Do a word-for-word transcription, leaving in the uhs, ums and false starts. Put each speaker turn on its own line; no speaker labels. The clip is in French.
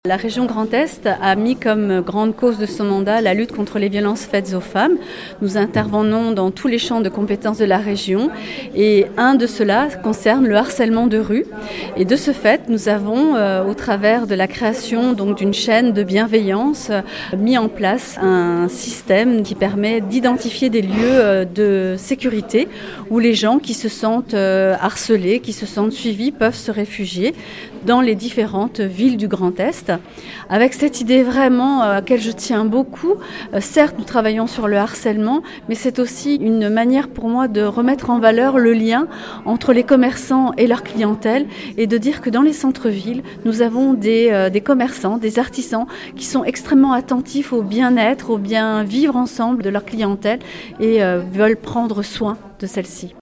La région Grand Est a mis comme grande cause de son mandat la lutte contre les violences faites aux femmes. Nous intervenons dans tous les champs de compétences de la région et un de ceux-là concerne le harcèlement de rue. Et de ce fait, nous avons, euh, au travers de la création donc, d'une chaîne de bienveillance, euh, mis en place un système qui permet d'identifier des lieux euh, de sécurité où les gens qui se sentent euh, harcelés, qui se sentent suivis, peuvent se réfugier dans les différentes villes du Grand Est. Avec cette idée vraiment à laquelle je tiens beaucoup, euh, certes nous travaillons sur le harcèlement, mais c'est aussi une manière pour moi de remettre en valeur le lien entre les commerçants et leur clientèle et de dire que dans les centres-villes, nous avons des, euh, des commerçants, des artisans qui sont extrêmement attentifs au bien-être, au bien vivre ensemble de leur clientèle et euh, veulent prendre soin de celle-ci.